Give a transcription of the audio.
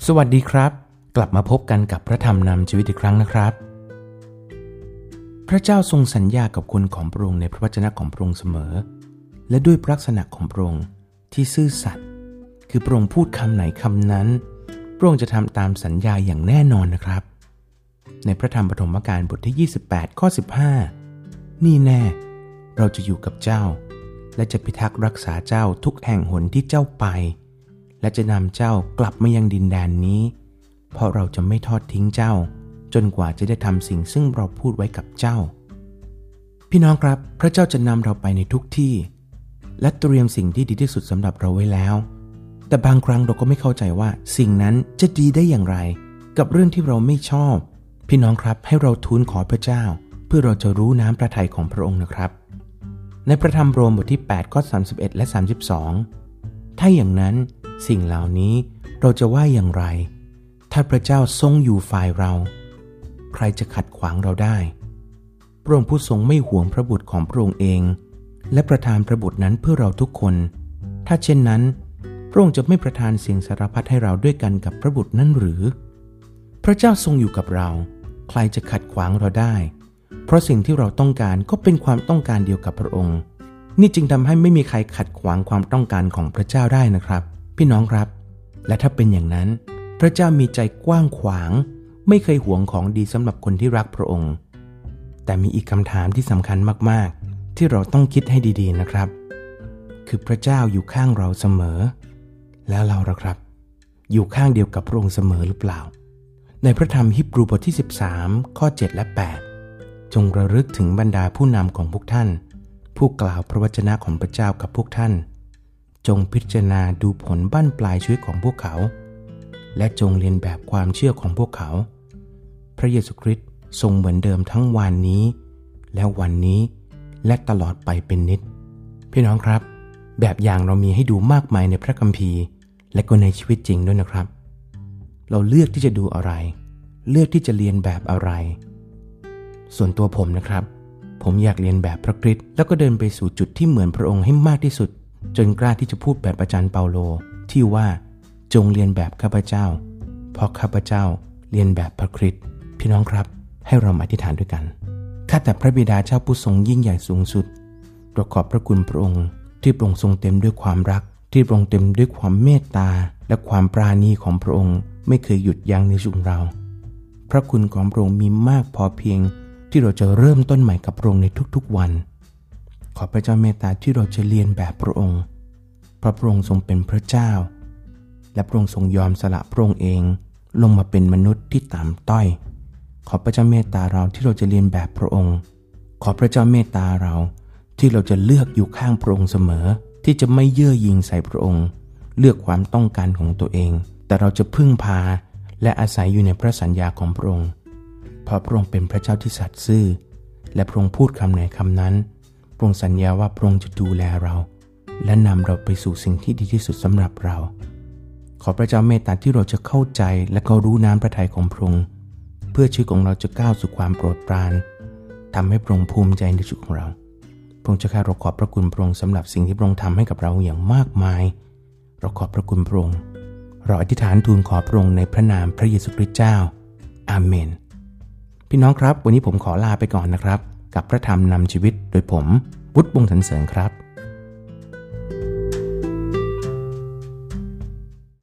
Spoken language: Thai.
สวัสดีครับกลับมาพบกันกับพระธรรมนำชีวิตอีกครั้งนะครับพระเจ้าทรงสัญญากับคนของพระองค์ในพระวจนะของพระองค์เสมอและด้วยลักษณะของพระองค์ที่ซื่อสัตย์คือพระองค์พูดคำไหนคำนั้นพระองค์จะทำตามสัญญาอย่างแน่นอนนะครับในพระธรรมปฐมกาลบทที่28ข้อ15นี่แน่เราจะอยู่กับเจ้าและจะพิทักษ์รักษาเจ้าทุกแห่งหนที่เจ้าไปและจะนำเจ้ากลับมายังดินแดนนี้เพราะเราจะไม่ทอดทิ้งเจ้าจนกว่าจะได้ทำสิ่งซึ่งเราพูดไว้กับเจ้าพี่น้องครับพระเจ้าจะนำเราไปในทุกที่และเตรียมสิ่งที่ดีที่สุดสำหรับเราไว้แล้วแต่บางครั้งเราก็ไม่เข้าใจว่าสิ่งนั้นจะดีได้อย่างไรกับเรื่องที่เราไม่ชอบพี่น้องครับให้เราทูลขอพระเจ้าเพื่อเราจะรู้น้ำพระทัยของพระองค์นะครับในพระธรรมโรมบทที่8ข้อ31และ32ถ้าอย่างนั้นสิ่งเหล่านี้เราจะว่าอย่างไรถ้าพระเจ้าทรงอยู่ฝ่ายเราใครจะขัดขวางเราได้พระองค์ผู้ทรงไม่หวงพระบุตรของพระองค์เองและประทานพระบุตรนั้นเพื่อเราทุกคนถ้าเช่นนั้นพระองค์จะไม่ประทานสิ่งสารพัดให้เราด้วยกันกับพระบุตรนั้นหรือพระเจ้าทรงอยู่กับเราใครจะขัดขวางเราได้เพราะสิ่งที่เราต้องการก็เป็นความต้องการเดียวกับพระองค์นี่จึงทำให้ไม่มีใครขัดขวางความต้องการของพระเจ้าได้นะครับพี่น้องครับและถ้าเป็นอย่างนั้นพระเจ้ามีใจกว้างขวางไม่เคยหวงของดีสำหรับคนที่รักพระองค์แต่มีอีกคำถามที่สำคัญมากๆที่เราต้องคิดให้ดีๆนะครับคือพระเจ้าอยู่ข้างเราเสมอแล้วเราล่ะครับอยู่ข้างเดียวกับพระองค์เสมอหรือเปล่าในพระธรรมฮีบรูบทที่13ข้อ7และ8จงระลึกถึงบรรดาผู้นำของพวกท่านผู้กล่าวพระวจนะของพระเจ้ากับพวกท่านจงพิจารณาดูผลบั้นปลายชีวิตของพวกเขาและจงเรียนแบบความเชื่อของพวกเขาพระเยซูคริสต์ทรงเหมือนเดิมทั้งวันนี้และวันนี้และตลอดไปเป็นนิจพี่น้องครับแบบอย่างเรามีให้ดูมากมายในพระคัมภีร์และก็ในชีวิตจริงด้วยนะครับเราเลือกที่จะดูอะไรเลือกที่จะเรียนแบบอะไรส่วนตัวผมนะครับผมอยากเรียนแบบพระคริสต์แล้วก็เดินไปสู่จุดที่เหมือนพระองค์ให้มากที่สุดจนกล้าที่จะพูดแบบอาจารย์เปาโลที่ว่าจงเรียนแบบข้าพเจ้าเพราะข้าพเจ้าเรียนแบบพระคริสต์พี่น้องครับให้เราอธิษฐานด้วยกันข้าแต่พระบิดาเจ้าผู้ทรงยิ่งใหญ่สูงสุดเราขอบพระคุณพระองค์ที่พระองค์ทรงเต็มด้วยความรักที่พระองค์เต็มด้วยความเมตตาและความปราณีของพระองค์ไม่เคยหยุดยั้งในชีวิตเราพระคุณของพระองค์มีมากพอเพียงที่เราจะเริ่มต้นใหม่กับพระองค์ในทุกๆวันขอพระเจ้าเมตตาที่เราจะเรียนแบบพระองค์เพราะพระองค์ทรงเป็นพระเจ้าและพระองค์ทรงยอมสละพระองค์เองลงมาเป็นมนุษย์ที่ต่ำต้อยขอพระเจ้าเมตตาเราที่เราจะเรียนแบบพระองค์ขอพระเจ้าเมตตาเราที่เราจะเลือกอยู่ข้างพระองค์เสมอที่จะไม่เย่อหยิ่งใส่พระองค์เลือกความต้องการของตัวเองแต่เราจะพึ่งพาและอาศัยอยู่ในพระสัญญาของพระองค์เพราะพระองค์เป็นพระเจ้าที่สัตย์ซื่อและพระองค์พูดคำไหนคำนั้นพระองค์สัญญาว่าพระองค์จะดูแลเราและนำเราไปสู่สิ่งที่ดีที่สุดสำหรับเราขอพระเจ้าเมตตาที่เราจะเข้าใจและก็รู้น้ำพระทัยของพระองค์เพื่อชีวิตของเราจะก้าวสู่ความโปรดปรานทำให้พระองค์ภูมิใจในชีวิตของเราพระองค์เจ้าข้าเราขอบพระคุณพระองค์สำหรับสิ่งที่พระองค์ทำให้กับเราอย่างมากมายเราขอบพระคุณพระองค์เราอธิษฐานทูลขอพระองค์ในพระนามพระเยซูคริสต์เจ้าอาเมนพี่น้องครับวันนี้ผมขอลาไปก่อนนะครับกับพระธรรมนำชีวิตโดยผมวุฒิ วงศ์สรรเสริญครับ